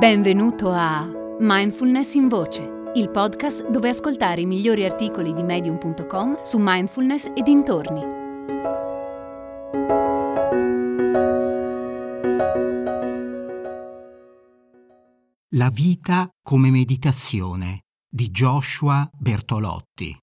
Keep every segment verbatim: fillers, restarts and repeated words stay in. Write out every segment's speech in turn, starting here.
Benvenuto a Mindfulness in Voce, il podcast dove ascoltare i migliori articoli di medium punto com su mindfulness e dintorni. La vita come meditazione di Joshua Bertolotti.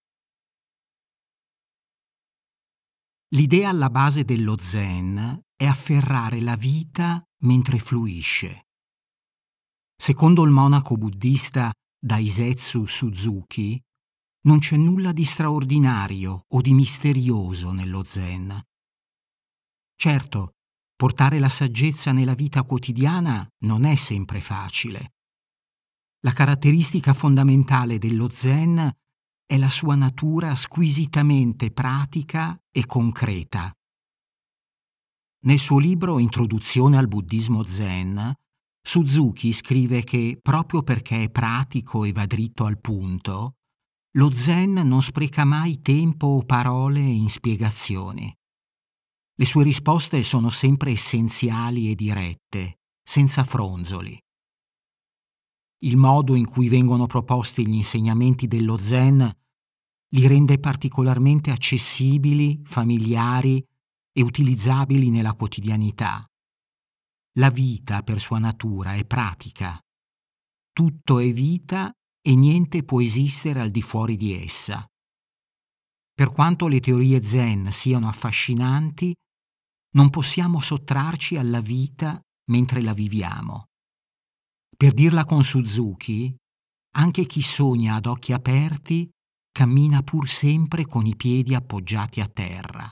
L'idea alla base dello Zen è afferrare la vita mentre fluisce. Secondo il monaco buddista Daisetsu Suzuki, non c'è nulla di straordinario o di misterioso nello Zen. Certo, portare la saggezza nella vita quotidiana non è sempre facile. La caratteristica fondamentale dello Zen è la sua natura squisitamente pratica e concreta. Nel suo libro Introduzione al buddismo Zen, Suzuki scrive che, proprio perché è pratico e va dritto al punto, lo Zen non spreca mai tempo o parole in spiegazioni. Le sue risposte sono sempre essenziali e dirette, senza fronzoli. Il modo in cui vengono proposti gli insegnamenti dello Zen li rende particolarmente accessibili, familiari e utilizzabili nella quotidianità. La vita, per sua natura, è pratica. Tutto è vita e niente può esistere al di fuori di essa. Per quanto le teorie Zen siano affascinanti, non possiamo sottrarci alla vita mentre la viviamo. Per dirla con Suzuki, anche chi sogna ad occhi aperti cammina pur sempre con i piedi appoggiati a terra.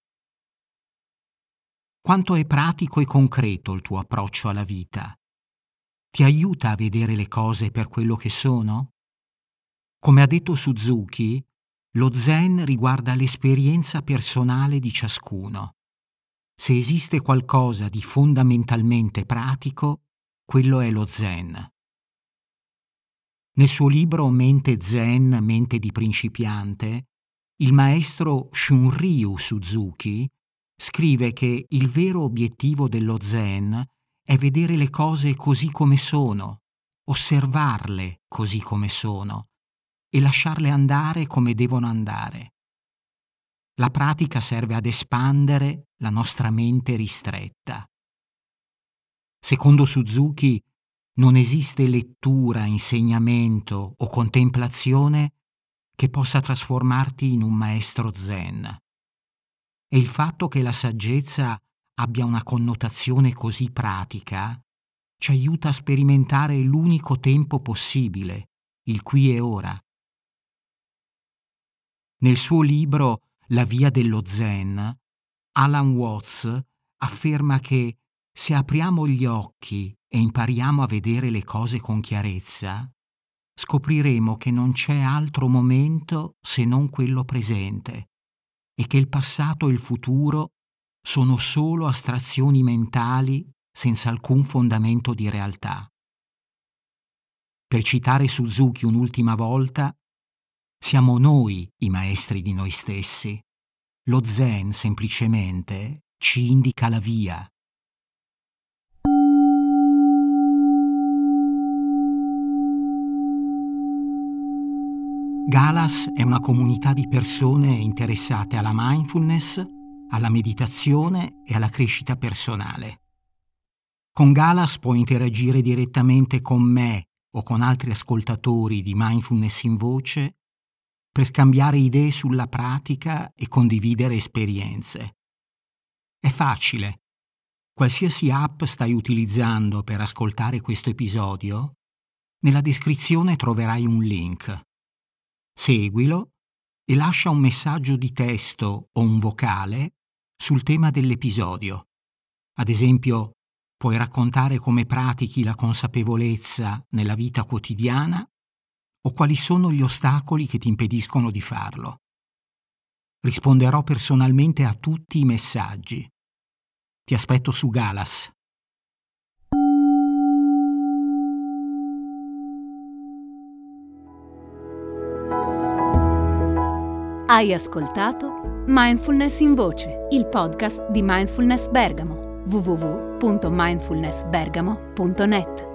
Quanto è pratico e concreto il tuo approccio alla vita? Ti aiuta a vedere le cose per quello che sono? Come ha detto Suzuki, lo Zen riguarda l'esperienza personale di ciascuno. Se esiste qualcosa di fondamentalmente pratico, quello è lo Zen. Nel suo libro Mente Zen, mente di principiante, il maestro Shunryu Suzuki scrive che il vero obiettivo dello Zen è vedere le cose così come sono, osservarle così come sono e lasciarle andare come devono andare. La pratica serve ad espandere la nostra mente ristretta. Secondo Suzuki, non esiste lettura, insegnamento o contemplazione che possa trasformarti in un maestro Zen. E il fatto che la saggezza abbia una connotazione così pratica ci aiuta a sperimentare l'unico tempo possibile, il qui e ora. Nel suo libro La via dello Zen, Alan Watts afferma che se apriamo gli occhi e impariamo a vedere le cose con chiarezza, scopriremo che non c'è altro momento se non quello presente e che il passato e il futuro sono solo astrazioni mentali senza alcun fondamento di realtà. Per citare Suzuki un'ultima volta, siamo noi i maestri di noi stessi. Lo Zen semplicemente ci indica la via. Galas è una comunità di persone interessate alla mindfulness, alla meditazione e alla crescita personale. Con Galas puoi interagire direttamente con me o con altri ascoltatori di Mindfulness in Voce per scambiare idee sulla pratica e condividere esperienze. È facile. Qualsiasi app stai utilizzando per ascoltare questo episodio, nella descrizione troverai un link. Seguilo e lascia un messaggio di testo o un vocale sul tema dell'episodio. Ad esempio, puoi raccontare come pratichi la consapevolezza nella vita quotidiana o quali sono gli ostacoli che ti impediscono di farlo. Risponderò personalmente a tutti i messaggi. Ti aspetto su Galas. Hai ascoltato Mindfulness in Voce, il podcast di Mindfulness Bergamo. w w w punto mindfulness bergamo punto net